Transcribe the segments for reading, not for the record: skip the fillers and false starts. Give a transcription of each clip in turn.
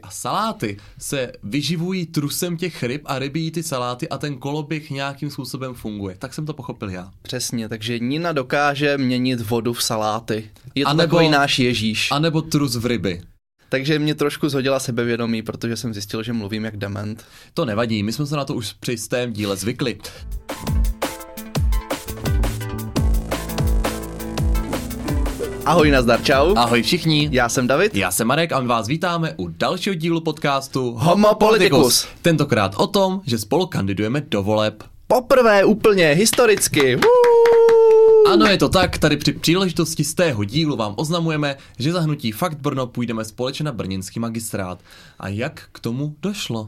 A saláty se vyživují trusem těch ryb a ryby jí ty saláty a ten koloběh nějakým způsobem funguje. Tak jsem to pochopil já. Přesně, takže Nina dokáže měnit vodu v saláty. Je to takový náš Ježíš. A nebo trus v ryby. Takže mě trošku zhodila sebevědomí, protože jsem zjistil, že mluvím jak dement. To nevadí, my jsme se na to už při jistém díle zvykli. Ahoj, nazdar, čau. Ahoj všichni. Já jsem David. Já jsem Marek a my vás vítáme u dalšího dílu podcastu Homo Politicus. Tentokrát o tom, že spolu kandidujeme do voleb. Poprvé úplně, historicky. Ano, je to tak, tady při příležitosti z tého dílu vám oznamujeme, že za hnutí Fakt Brno půjdeme společně na brněnský magistrát. A jak k tomu došlo?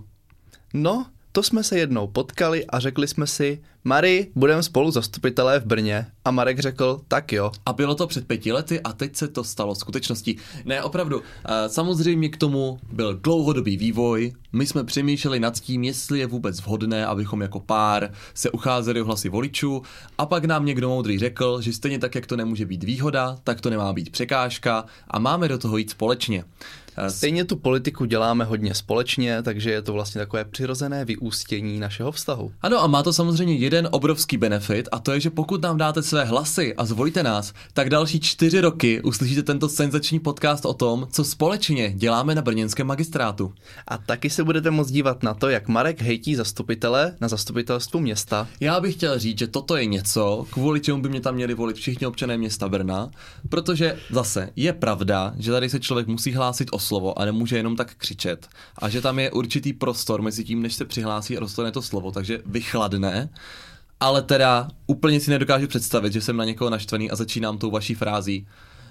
No, to jsme se jednou potkali a řekli jsme si, Mari, budeme spolu zastupitelé v Brně. A Marek řekl, tak jo. A bylo to před 5 lety a teď se to stalo skutečností. Ne, opravdu, samozřejmě k tomu byl dlouhodobý vývoj. My jsme přemýšleli nad tím, jestli je vůbec vhodné, abychom jako pár se ucházeli o hlasy voličů. A pak nám někdo moudrý řekl, že stejně tak, jak to nemůže být výhoda, tak to nemá být překážka a máme do toho jít společně. Stejně tu politiku děláme hodně společně, takže je to vlastně takové přirozené vyústění našeho vztahu. Ano, a má to samozřejmě jeden obrovský benefit a to je, že pokud nám dáte své hlasy a zvolíte nás, tak další 4 roky uslyšíte tento senzační podcast o tom, co společně děláme na brněnském magistrátu. A taky se budete moct dívat na to, jak Marek hejtí zastupitele na zastupitelstvu města. Já bych chtěl říct, že toto je něco, kvůli čemu by mě tam měli volit všichni občané města Brna, protože zase je pravda, že tady se člověk musí hlásit o slovo a nemůže jenom tak křičet a že tam je určitý prostor mezi tím, než se přihlásí a dostane to slovo, takže vychladne. Ale teda úplně si nedokážu představit, že jsem na někoho naštvaný a začínám tou vaší frází.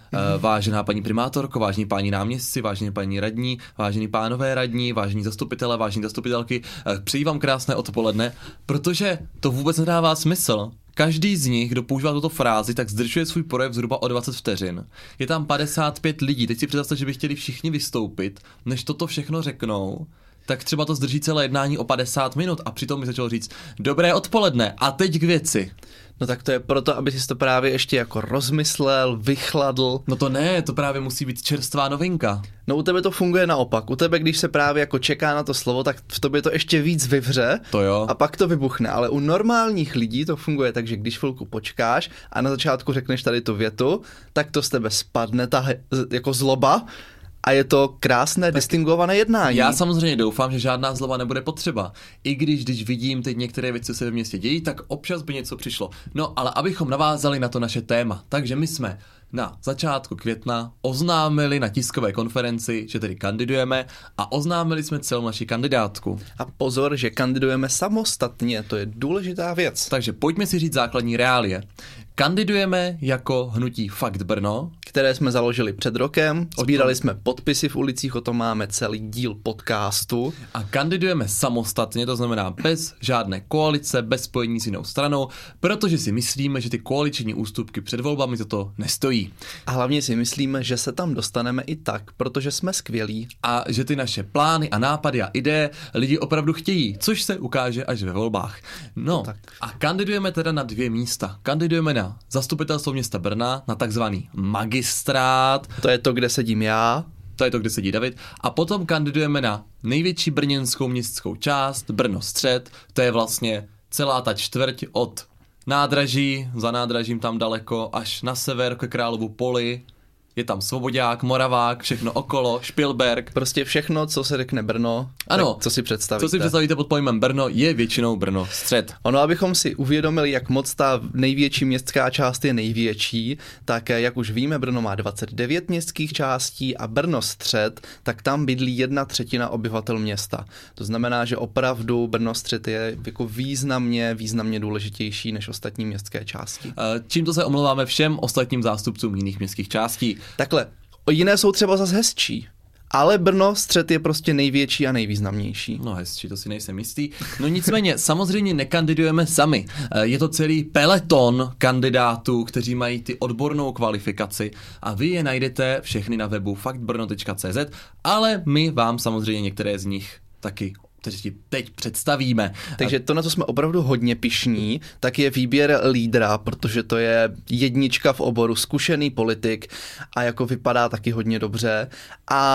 Vážená paní primátorko, vážení páni náměstci, vážení paní radní, vážení pánové radní, vážení zastupitelé, vážení zastupitelky, přeji vám krásné odpoledne, protože to vůbec nedává smysl. Každý z nich, kdo používá tuto frázi, tak zdržuje svůj projev zhruba o 20 vteřin. Je tam 55 lidí, teď si představte, že by chtěli všichni vystoupit, než toto všechno řeknou, tak třeba to zdrží celé jednání o 50 minut a přitom mi začalo říct, dobré odpoledne a teď k věci. No tak to je proto, aby si to právě ještě jako rozmyslel, vychladl. No to ne, to právě musí být čerstvá novinka. No u tebe to funguje naopak. U tebe, když se právě jako čeká na to slovo, tak v tobě to ještě víc vyvře to jo. A pak to vybuchne. Ale u normálních lidí to funguje tak, že když chvilku počkáš a na začátku řekneš tady tu větu, tak to z tebe spadne ta jako zloba. A je to krásné, distingované jednání. Já samozřejmě doufám, že žádná zloba nebude potřeba. I když vidím teď některé věci, co se ve městě dějí, tak občas by něco přišlo. No, ale abychom navázali na to naše téma, takže my jsme na začátku května oznámili na tiskové konferenci, že tedy kandidujeme a oznámili jsme celou naši kandidátku. A pozor, že kandidujeme samostatně, to je důležitá věc. Takže pojďme si říct základní reálie. Kandidujeme jako hnutí Fakt Brno, které jsme založili před rokem, sbírali jsme podpisy v ulicích, o tom máme celý díl podcastu. A kandidujeme samostatně, to znamená bez žádné koalice, bez spojení s jinou stranou, protože si myslíme, že ty koaliční ústupky před volbami za to nestojí. A hlavně si myslíme, že se tam dostaneme i tak, protože jsme skvělí. A že ty naše plány a nápady a ideje lidi opravdu chtějí, což se ukáže až ve volbách. No tak. A kandidujeme teda na 2 místa. Kandidujeme na zastupitelstvo města Brna, na takzvaný magistrát. To je to, kde sedím já. To je to, kde sedí David. A potom kandidujeme na největší brněnskou městskou část, Brno střed. To je vlastně celá ta čtvrť od nádraží, za nádražím tam daleko, až na sever ke Královu poli. Je tam Svobodák, Moravák, všechno okolo, Špilberk. Prostě všechno, co se řekne Brno, ano, co si představíte. Co si představíte pod pojmem Brno, je většinou Brno střed. Ono, abychom si uvědomili, jak moc ta největší městská část je největší, tak jak už víme, Brno má 29 městských částí a Brno střed, tak tam bydlí 1/3 obyvatel města. To znamená, že opravdu Brno střed je jako významně důležitější než ostatní městské části. Čímto se omlouváme všem ostatním zástupcům jiných městských částí. Takhle, jiné jsou třeba zase hezčí. Ale Brno střed je prostě největší a nejvýznamnější. No hezčí, to si nejsem jistý. No nicméně, samozřejmě nekandidujeme sami. Je to celý peleton kandidátů, kteří mají ty odbornou kvalifikaci a vy je najdete všechny na webu faktbrno.cz, ale my vám samozřejmě některé z nich taky teď představíme. Takže to, na co jsme opravdu hodně pyšní, tak je výběr lídra, protože to je jednička v oboru, zkušený politik a jako vypadá taky hodně dobře. A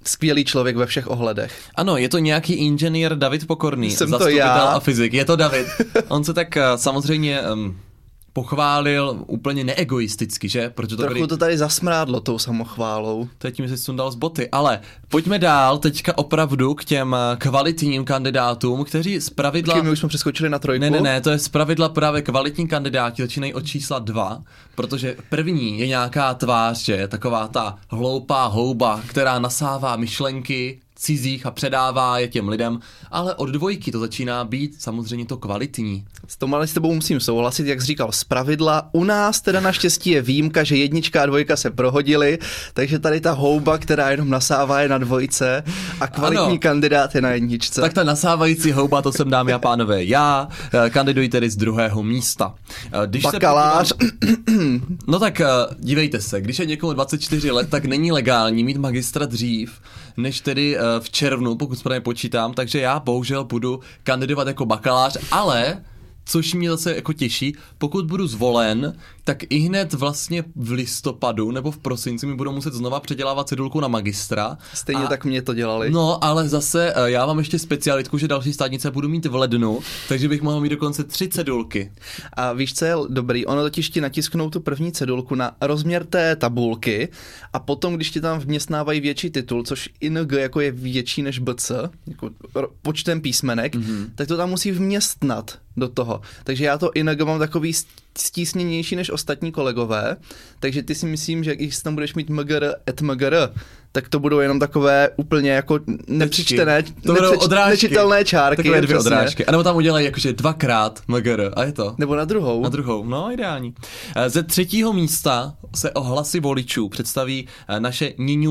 skvělý člověk ve všech ohledech. Ano, je to nějaký inženýr David Pokorný, Jsem to zastupitel já. a fyzik. Je to David. On se tak samozřejmě pochválil úplně neegoisticky, že? Protože Trochu to tady zasmrádlo tou samochválou. Teď mi se sundal z boty, ale pojďme dál teďka opravdu k těm kvalitním kandidátům, kteří zpravidla... My už jsme přeskočili na 3. Ne, to je zpravidla právě kvalitní kandidáti, začínají od čísla 2, protože první je nějaká tvář, že taková ta hloupá houba, která nasává myšlenky cizích a předává je těm lidem, ale od 2 to začíná být samozřejmě to kvalitní. S tom ale s tebou musím souhlasit, jak jsi říkal, zpravidla. U nás teda naštěstí je výjimka, že 1 a 2 se prohodily, takže tady ta houba, která jenom nasává, je na 2 a kvalitní kandidát je na 1. Tak ta nasávající houba, to jsem, dámy a pánové, já kandiduji tedy z 2. místa. Když bakalář. No tak dívejte se, když je někomu 24 let, tak není legální mít magistra dřív, než tedy v červnu, pokud správně počítám, takže já bohužel budu kandidovat jako bakalář, ale což mě zase jako těší, pokud budu zvolen, tak i hned vlastně v listopadu nebo v prosinci mi budou muset znova předělávat cedulku na magistra. Stejně tak mě to dělali. No, ale zase já mám ještě specialitku, že další státnice budu mít v lednu, takže bych mohl mít dokonce 3 cedulky. A víš, co je dobrý? Ono totiž ti natisknou tu první cedulku na rozměr té tabulky a potom, když ti tam vměstnávají větší titul, což ING jako je větší než BC, jako počtem písmenek, tak to tam musí vměstnat do toho. Takže já to ING mám takový stísněnější než ostatní kolegové, takže ty si myslím, že když tam budeš mít MGR et MGR, tak to budou jenom takové úplně jako nepřečtené, nečitelné čárky. Takové 2 odrážky. A nebo tam udělají jakože 2x MGR a je to. Nebo na druhou. Na druhou, no ideální. Ze 3. místa se o hlasy voličů představí naše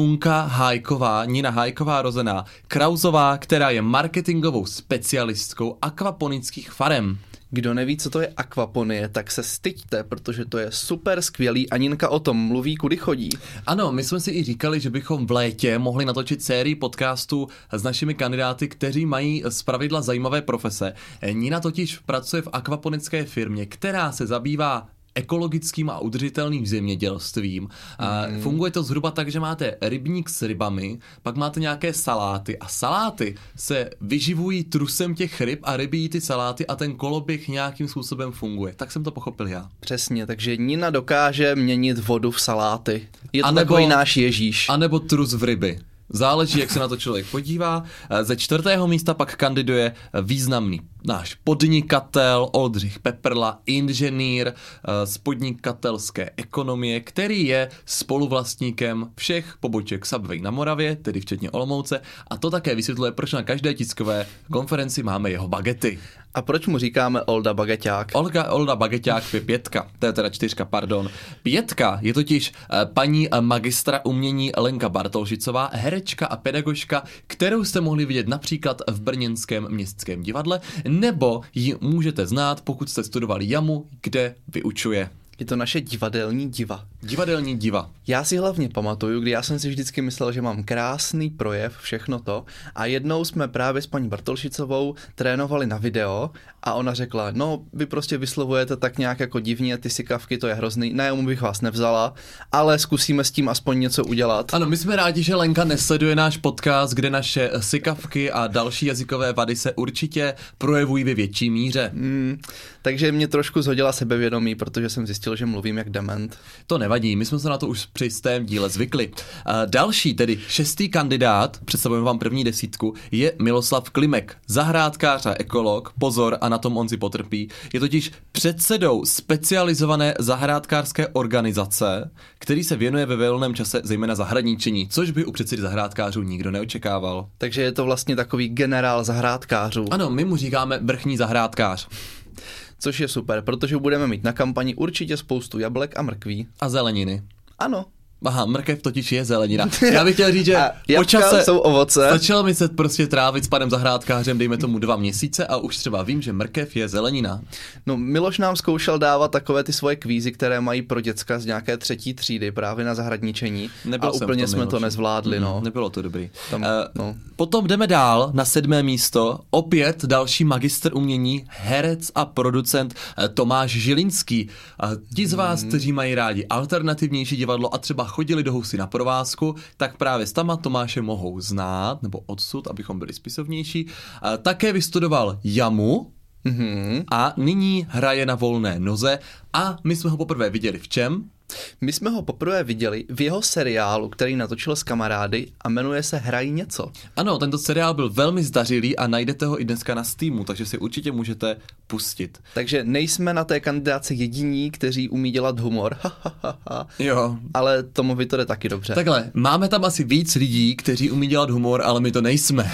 Nina Hájková rozená Krausová, která je marketingovou specialistkou akvaponických farem. Kdo neví, co to je akvaponie, tak se styďte, protože to je super skvělý a Ninka o tom mluví, kudy chodí. Ano, my jsme si i říkali, že bychom v létě mohli natočit sérii podcastů s našimi kandidáty, kteří mají zpravidla zajímavé profese. Nina totiž pracuje v akvaponické firmě, která se zabývá ekologickým a udržitelným zemědělstvím. Funguje to zhruba tak, že máte rybník s rybami, pak máte nějaké saláty a saláty se vyživují trusem těch ryb a ryby jí ty saláty a ten koloběh nějakým způsobem funguje. Tak jsem to pochopil já. Přesně, takže Nina dokáže měnit vodu v saláty. Je to takový náš Ježíš. A nebo trus v ryby. Záleží, jak se na to člověk podívá. Ze 4. místa pak kandiduje významný náš podnikatel Oldřich Peprla, inženýr z podnikatelské ekonomie, který je spoluvlastníkem všech poboček Subway na Moravě, tedy včetně Olomouce, a to také vysvětluje, proč na každé tiskové konferenci máme jeho bagety. A proč mu říkáme Olda Bageťák? Olda Bageťák je 5, to je teda 4, pardon. 5 je totiž paní magistra umění Lenka Bartolžicová, herečka a pedagožka, kterou jste mohli vidět například v brněnském městském divadle, nebo ji můžete znát, pokud jste studovali JAMU, kde vyučuje. Je to naše divadelní diva. Divadelní diva. Já si hlavně pamatuju, kdy já jsem si vždycky myslel, že mám krásný projev, všechno to. A jednou jsme právě s paní Bartolšicovou trénovali na video a ona řekla, no vy prostě vyslovujete tak nějak jako divně, ty sykavky, to je hrozný, na JAMU bych vás nevzala, ale zkusíme s tím aspoň něco udělat. Ano, my jsme rádi, že Lenka nesleduje náš podcast, kde naše sykavky a další jazykové vady se určitě projevují ve větší míře. Takže mě trošku zhodila sebevědomí, protože jsem zjistil, že mluvím jak dement. To nevadí, my jsme se na to už při jistém díle zvykli. Další, tedy 6. kandidát, představujeme vám první 10, je Miloslav Klimek, zahrádkář a ekolog, pozor, a na tom on si potrpí. Je totiž předsedou specializované zahrádkářské organizace, který se věnuje ve volném čase zejména zahradničení, což by u předsedy zahrádkářů nikdo neočekával. Takže je to vlastně takový generál zahrádkářů. Ano, my mu říkáme vrchní zahrádkář. Což je super, protože budeme mít na kampani určitě spoustu jablek a mrkví. A zeleniny. Ano. Aha, mrkev totiž je zelenina. Já bych chtěl říct, že po čase jsou ovoce. Začal mi se prostě trávit s panem zahrádkářem, dejme tomu 2 měsíce a už třeba vím, že mrkev je zelenina. No, Miloš nám zkoušel dávat takové ty svoje kvízy, které mají pro děcka z nějaké 3. třídy právě na zahradničení. Nebyl a úplně jsme to nezvládli, no. Nebylo to dobrý. No. Potom jdeme dál na 7. místo. Opět další magistr umění, herec a producent Tomáš Žilinský. Ti z vás, kteří mají rádi alternativnější divadlo a třeba chodili do Husy na provázku, tak právě s tama Tomáše mohou znát, nebo odsud, abychom byli spisovnější. Také vystudoval JAMU, a nyní hraje na volné noze a my jsme ho poprvé viděli v čem? My jsme ho poprvé viděli v jeho seriálu, který natočil s kamarády a jmenuje se Hrají něco. Ano, tento seriál byl velmi zdařilý a najdete ho i dneska na Steamu, takže si určitě můžete pustit. Takže nejsme na té kandidáce jediní, kteří umí dělat humor. Jo. Ale tomu to jde taky dobře. Takhle, máme tam asi víc lidí, kteří umí dělat humor, ale my to nejsme.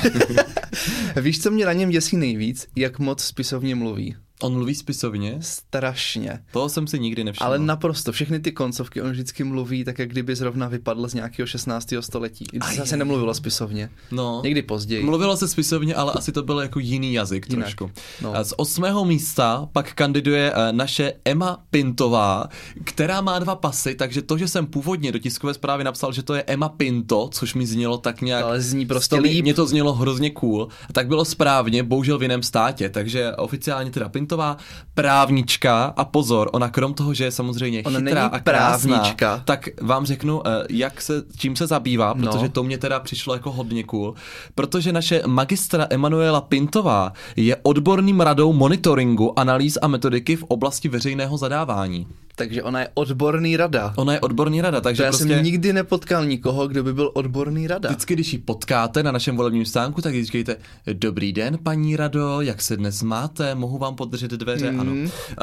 Víš, co mě na něm děsí nejvíc? Jak moc spisovně mluví. On mluví spisovně? Strašně. Toho jsem si nikdy nevšiml. Ale naprosto, všechny ty koncovky on vždycky mluví tak, jak kdyby zrovna vypadl z nějakého 16. století. I když se nemluvilo spisovně. No. Někdy později. Mluvilo se spisovně, ale asi to bylo jako jiný jazyk Jinak. trošku. No. Z 8. místa pak kandiduje naše Emma Pintová, která má 2 pasy, takže to, že jsem původně do tiskové zprávy napsal, že to je Emma Pinto, což mi znělo tak nějak... Ale zní prostě líp. Mně to znělo hrozně cool. Tak bylo správně, bohužel v jiném státě, takže oficiálně teda Pintová, právnička a pozor, ona krom toho, že je samozřejmě chytrá a krásná, tak vám řeknu, čím se zabývá, protože to mě teda přišlo jako hodně cool, protože naše magistra Emanuela Pintová je odborným radou monitoringu, analýz a metodiky v oblasti veřejného zadávání. Takže ona je odborný rada. Ona je odborný rada, takže já prostě... jsem nikdy nepotkal nikoho, kdo by byl odborný rada. Vždycky, když ji potkáte na našem volebním stánku, tak říkejte: dobrý den, paní rado, jak se dnes máte, mohu vám podržet dveře? Ano.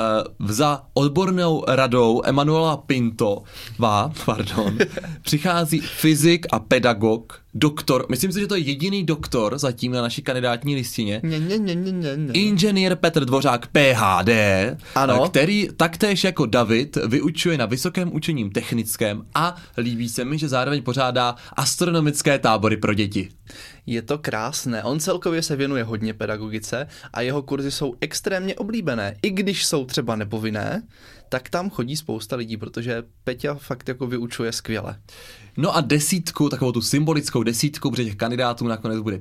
Za odbornou radou Emanuela Pintová, přichází fyzik a pedagog, doktor, myslím si, že to je jediný doktor zatím na naší kandidátní listině. Inženýr Petr Dvořák PhD, který taktéž jako David vyučuje na Vysokém učením technickém a líbí se mi, že zároveň pořádá astronomické tábory pro děti. Je to krásné. On celkově se věnuje hodně pedagogice a jeho kurzy jsou extrémně oblíbené. I když jsou třeba nepovinné, tak tam chodí spousta lidí, protože Peťa fakt jako vyučuje skvěle. No a 10, takovou tu symbolickou 10, protože těch kandidátů nakonec bude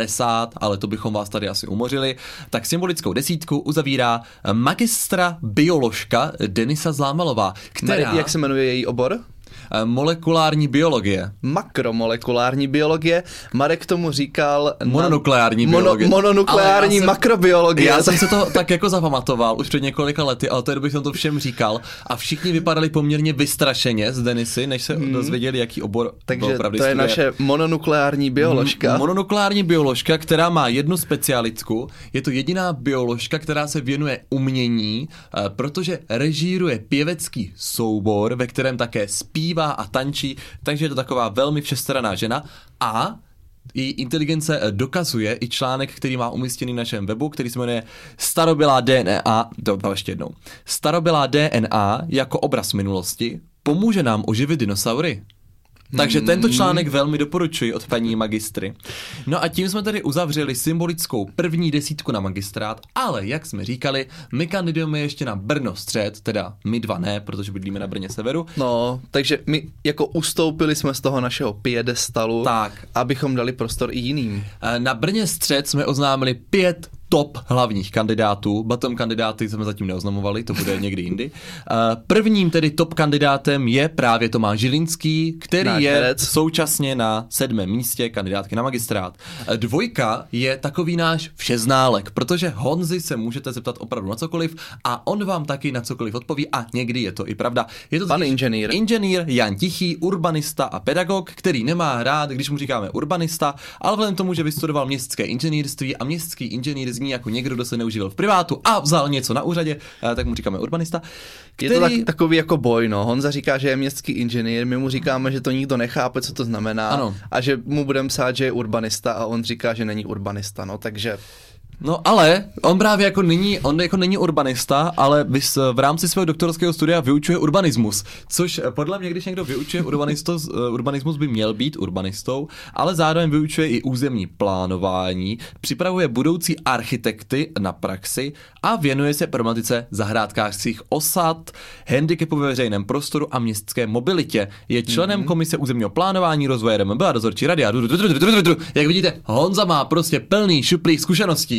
55, ale to bychom vás tady asi umořili, tak symbolickou 10 uzavírá magistra bioložka Denisa Zlámalová, která... Jak se jmenuje její obor? Molekulární biologie. Makromolekulární biologie. Marek tomu říkal... Mononukleární biologie. Mononukleární makrobiologie. Já jsem se to tak jako zapamatoval už před několika lety, ale to bych to všem říkal. A všichni vypadali poměrně vystrašeně z Denisy, než se dozvěděli, jaký obor opravdu to je naše mononukleární bioložka. Mononukleární bioložka, která má jednu specialitku. Je to jediná bioložka, která se věnuje umění, protože režíruje pěvecký soubor, ve kterém také zpívá a tančí, takže je to taková velmi všestranná žena a její inteligence dokazuje i článek, který má umístěný na našem webu, který se jmenuje Starobylá DNA, ještě jednou. Starobylá DNA jako obraz minulosti pomůže nám oživit dinosaury. Takže tento článek velmi doporučuji od paní magistry. No a tím jsme tedy uzavřeli symbolickou první 10 na magistrát, ale jak jsme říkali, my kandidujeme ještě na Brno střed, teda my 2 ne, protože bydlíme na Brně severu. No, takže my jako ustoupili jsme z toho našeho piedestalu, abychom dali prostor i jiným. Na Brně střed jsme oznámili 5 top hlavních kandidátů. Bottom kandidáty jsme zatím neoznamovali, to bude někdy jindy. Prvním tedy top kandidátem je právě Tomáš Žilinský, který je současně na 7. místě kandidátky na magistrát. 2 je takový náš všeználek, protože Honzy se můžete zeptat opravdu na cokoliv a on vám taky na cokoliv odpoví a někdy je to i pravda. Je to pan inženýr. Inženýr Jan Tichý, urbanista a pedagog, který nemá rád, když mu říkáme urbanista, ale vzhledem tomu, že vystudoval městské inženýrství a městský inženýr zní jako někdo, kdo se neuživil v privátu a vzal něco na úřadě, tak mu říkáme urbanista. Je to takový jako boj, no. Honza říká, že je městský inženýr, my mu říkáme, že to nikdo nechápe, co to znamená. Ano. A že mu budeme psát, že je urbanista a on říká, že není urbanista, no, takže... No ale on právě jako není urbanista, ale v rámci svého doktorského studia vyučuje urbanismus, což podle mě, když někdo vyučuje urbanismus, by měl být urbanistou, ale zároveň vyučuje i územní plánování, připravuje budoucí architekty na praxi a věnuje se problematice zahrádkářských osad, handicapu ve veřejném prostoru a městské mobilitě. Je členem komise územního plánování, rozvoje RMB a dozorčí rady a jak vidíte, Honza má prostě plný šuplých zkušeností.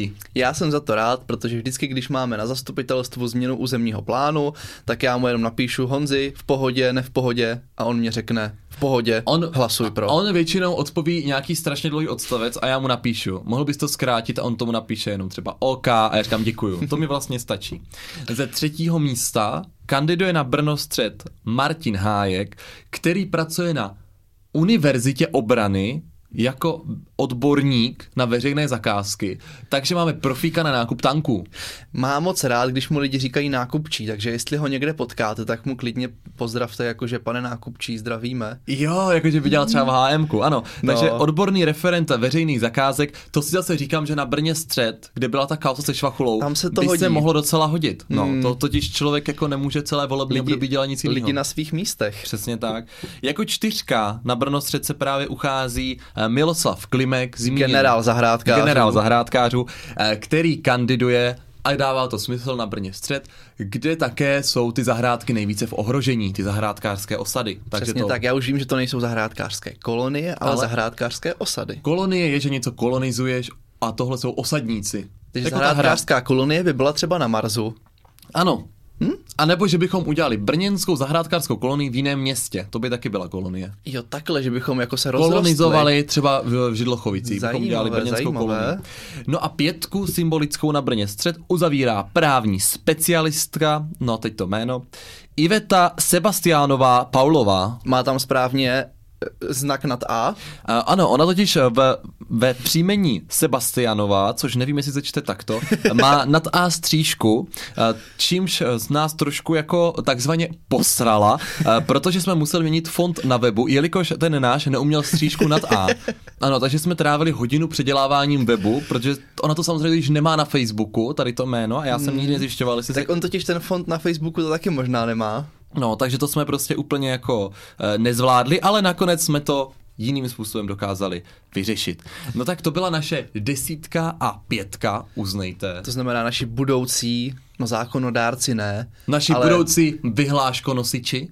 líbí. Já jsem za to rád, protože vždycky, když máme na zastupitelstvu změnu územního plánu, tak já mu jenom napíšu Honzi, v pohodě, ne v pohodě, a on mě řekne v pohodě, hlasuj pro. On většinou odpoví nějaký strašně dlouhý odstavec a já mu napíšu, mohl bys to zkrátit, a on tomu napíše jenom třeba OK a já říkám děkuju. To mi vlastně stačí. Ze 3. místa kandiduje na Brno střed Martin Hájek, který pracuje na Univerzitě obrany jako odborník na veřejné zakázky, takže máme profíka na nákup tanků. Má moc rád, když mu lidi říkají nákupčí, takže jestli ho někde potkáte, tak mu klidně pozdravte, jakože pane nákupčí, zdravíme. Jo, jakože by dělal třeba v HMku, ano. Takže odborný referent veřejných zakázek, to si zase říkám, že na Brně střed, kde byla ta kauza se Švachulou, tam se to by hodí. Se mohlo docela hodit. No, to totiž člověk jako nemůže celé volební období dělat nic jiného. Lidi na svých místech. Přesně tak. Jako 4. na Brno střed se právě uchází Miloslav Klimek, generál zahrádkářů, který kandiduje, a dává to smysl, na Brně střed, kde také jsou ty zahrádky nejvíce v ohrožení, ty zahrádkářské osady. Přesně tak, já už vím, že to nejsou zahrádkářské kolonie, ale zahrádkářské osady. Kolonie je, že něco kolonizuješ, a tohle jsou osadníci. Takže jako zahrádkářská kolonie by byla třeba na Marsu. Ano. A nebo že bychom udělali brněnskou zahrádkářskou kolonii v jiném městě. To by taky byla kolonie. Jo, takhle, že bychom jako se rozrostli. Kolonizovali třeba v Židlochovicích. Bychom udělali brněnskou kolonii. No a 5. symbolickou na Brně střed uzavírá právní specialistka, no teď to jméno, Iveta Sebastiánová Paulová. Má tam správně znak nad A? Ano, ona totiž ve příjmení Sebastianová, což nevím, jestli se čte takto, má nad A střížku, čímž z nás trošku jako takzvaně posrala, protože jsme museli měnit font na webu, jelikož ten náš neuměl střížku nad A. Ano, takže jsme trávili hodinu předěláváním webu, protože ona to samozřejmě již nemá na Facebooku, tady to jméno, a já jsem nikdy nezjišťoval, jestli tak on totiž ten font na Facebooku to taky možná nemá. No, takže to jsme prostě úplně jako nezvládli, ale nakonec jsme to jiným způsobem dokázali vyřešit. No tak to byla naše 10 a 5, uznejte. To znamená naši budoucí, no zákonodárci ne. Naši budoucí vyhláškonosiči.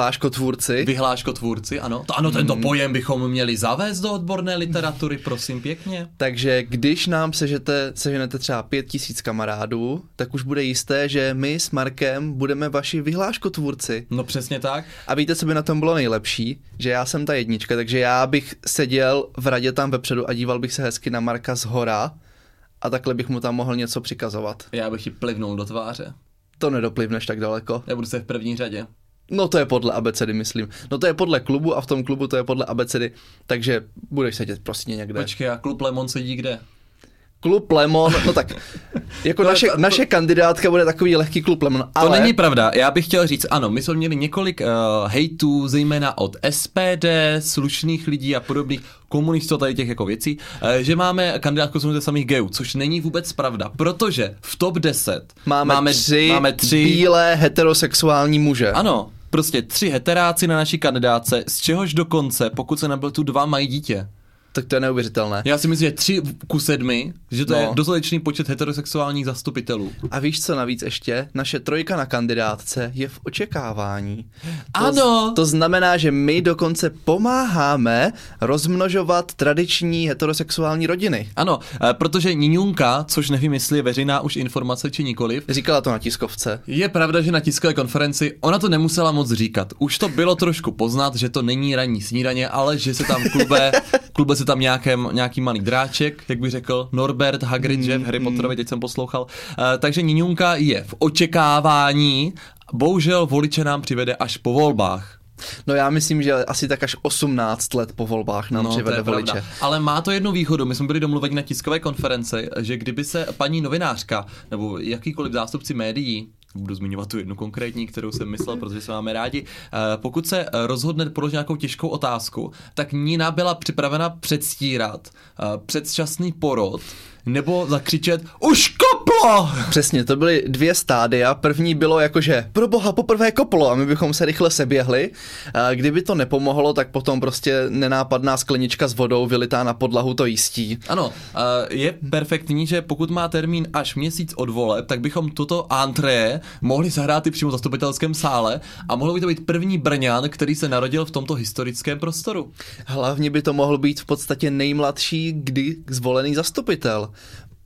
Vyhláškotvůrci, ano. Tento pojem bychom měli zavést do odborné literatury, prosím pěkně. Takže když nám seženete třeba 5000 kamarádů, tak už bude jisté, že my s Markem budeme vaši vyhláškotvůrci. No přesně tak. A víte, co by na tom bylo nejlepší? Že já jsem ta 1, takže já bych seděl v radě tam vepředu a díval bych se hezky na Marka zhora a takhle bych mu tam mohl něco přikazovat. Já bych ti plivnul do tváře. To nedoplivneš tak daleko. Já budu se v první řadě. No to je podle abecedy, myslím. No to je podle klubu a v tom klubu to je podle abecedy, takže budeš sedět prostě někde. Počkej, a klub Lemon sedí kde? Klub Lemon, no tak, jako naše kandidátka bude takový lehký klub Lemon, ale... To není pravda, já bych chtěl říct, ano, my jsme měli několik hejtů, zejména od SPD, slušných lidí a podobných komunistů, tady těch jako věcí, že máme kandidátku ze samých gejů, což není vůbec pravda, protože v top 10 máme tři bílé heterosexuální muže. Ano, prostě 3 heteráci na naší kandidáce, z čehož dokonce, pokud se nabyl tu 2, mají dítě. Tak to je neuvěřitelné. Já si myslím, že 3:7, že to je dostatečný počet heterosexuálních zastupitelů. A víš co navíc ještě? Naše 3 na kandidátce je v očekávání. Ano. To znamená, že my dokonce pomáháme rozmnožovat tradiční heterosexuální rodiny. Ano, protože Niňunka, což nevím, jestli je veřejná už informace či nikoliv. Říkala to na tiskovce. Je pravda, že na tiskové konferenci ona to nemusela moc říkat. Už to bylo trošku poznat, že to není ranní snídaně, ale že se tam klube se tam nějaký malý dráček, jak bych řekl, Norbert Hagrid, že v Harry Potterovi, teď jsem poslouchal. Takže Niňunka je v očekávání, bohužel voliče nám přivede až po volbách. No já myslím, že asi tak až 18 let po volbách nám přivede voliče. Pravda. Ale má to jednu výhodu, my jsme byli domluveni na tiskové konferenci, že kdyby se paní novinářka nebo jakýkoliv zástupci médií, budu zmiňovat tu jednu konkrétní, kterou jsem myslel, protože se máme rádi, pokud se rozhodne položit nějakou těžkou otázku, tak Nina byla připravena předstírat předčasný porod nebo zakřičet už koplo! Přesně, to byly 2 stádia. První bylo jakože pro boha poprvé koplo a my bychom se rychle seběhli. Kdyby to nepomohlo, tak potom prostě nenápadná sklenička s vodou vylitá na podlahu to jistí. Ano, je perfektní, že pokud má termín až měsíc od voleb, tak bychom toto entrée mohli zahrát i přímo v zastupitelském sále a mohl by to být první Brňan, který se narodil v tomto historickém prostoru. Hlavně by to mohl být v podstatě nejmladší kdy zvolený zastupitel.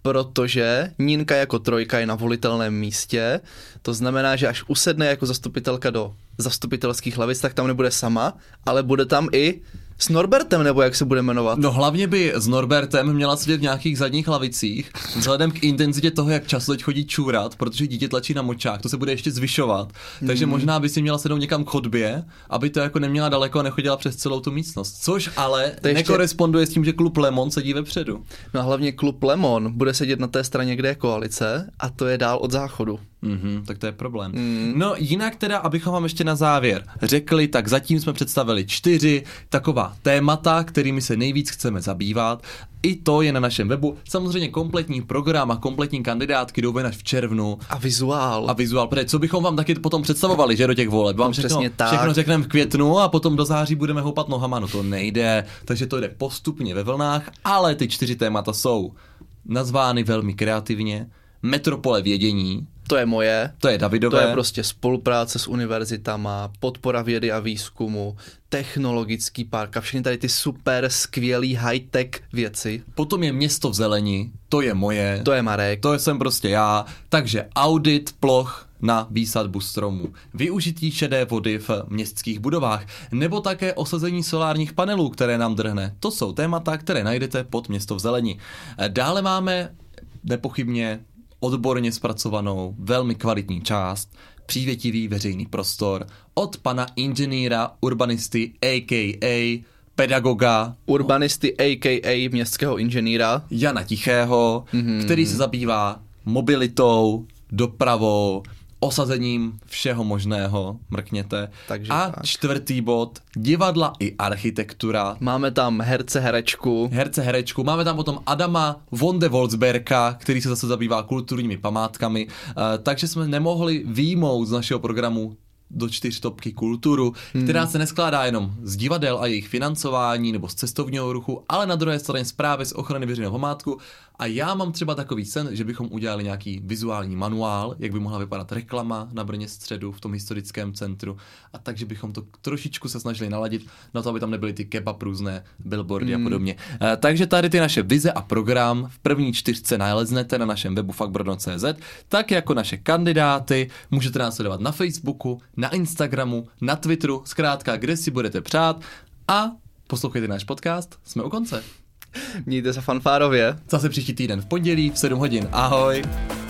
protože Nínka jako trojka je na volitelném místě, to znamená, že až usedne jako zastupitelka do zastupitelských lavic, tak tam nebude sama, ale bude tam i s Norbertem, nebo jak se bude jmenovat. No hlavně by s Norbertem měla sedět v nějakých zadních lavicích, vzhledem k intenzitě toho, jak často teď chodí čůrat, protože dítě tlačí na močák, to se bude ještě zvyšovat. Takže možná by si měla sednout někam k chodbě, aby to jako neměla daleko a nechodila přes celou tu místnost. Což ale nekoresponduje s tím, že klub Lemon sedí vepředu. No a hlavně klub Lemon bude sedět na té straně, kde je koalice, a to je dál od záchodu. Tak to je problém. No jinak teda, abychom vám ještě na závěr řekli, tak zatím jsme představili 4 taková témata, kterými se nejvíc chceme zabývat. I to je na našem webu. Samozřejmě kompletní program a kompletní kandidátky jdou ven až v červnu. A vizuál, protože co bychom vám taky potom představovali, že do těch voleb. Vám všechno řekneme v květnu a potom do září budeme houpat nohama. No to nejde, takže to jde postupně ve vlnách, ale ty 4 témata jsou nazvány velmi kreativně. Metropole vědění. To je moje. To je Davidové. To je prostě spolupráce s univerzitama, podpora vědy a výzkumu, technologický park a všechny tady ty super skvělý high-tech věci. Potom je město v zelení, to je moje. To je Marek. To jsem prostě já. Takže audit ploch na výsadbu stromů, využití šedé vody v městských budovách, nebo také osazení solárních panelů, které nám drhne. To jsou témata, které najdete pod Město v zelení. Dále máme nepochybně odborně zpracovanou, velmi kvalitní část, přívětivý veřejný prostor od pana inženýra, urbanisty, a.k.a. pedagoga, urbanisty, a.k.a. městského inženýra Jana Tichého, který se zabývá mobilitou, dopravou, osazením všeho možného, mrkněte. Takže a tak. 4. bod, divadla i architektura. Máme tam herečku. Máme tam potom Adama von de Wolfsberga, který se zase zabývá kulturními památkami. Takže jsme nemohli vyjmout z našeho programu do 4 topky kulturu, která se neskládá jenom z divadel a jejich financování nebo z cestovního ruchu, ale na druhé straně zprávy z ochrany veřejného památku. A já mám třeba takový sen, že bychom udělali nějaký vizuální manuál, jak by mohla vypadat reklama na Brně středu v tom historickém centru, a takže bychom to trošičku se snažili naladit na to, aby tam nebyly ty kebab různé billboardy a podobně. Takže tady ty naše vize a program v první 4 naleznete na našem webu fakbrno.cz, tak jako naše kandidáty můžete nás sledovat na Facebooku, na Instagramu, na Twitteru, zkrátka kde si budete přát, a poslouchejte náš podcast, jsme u konce. Mějte se fanfárově. Zase příští týden v pondělí v 7 hodin. Ahoj!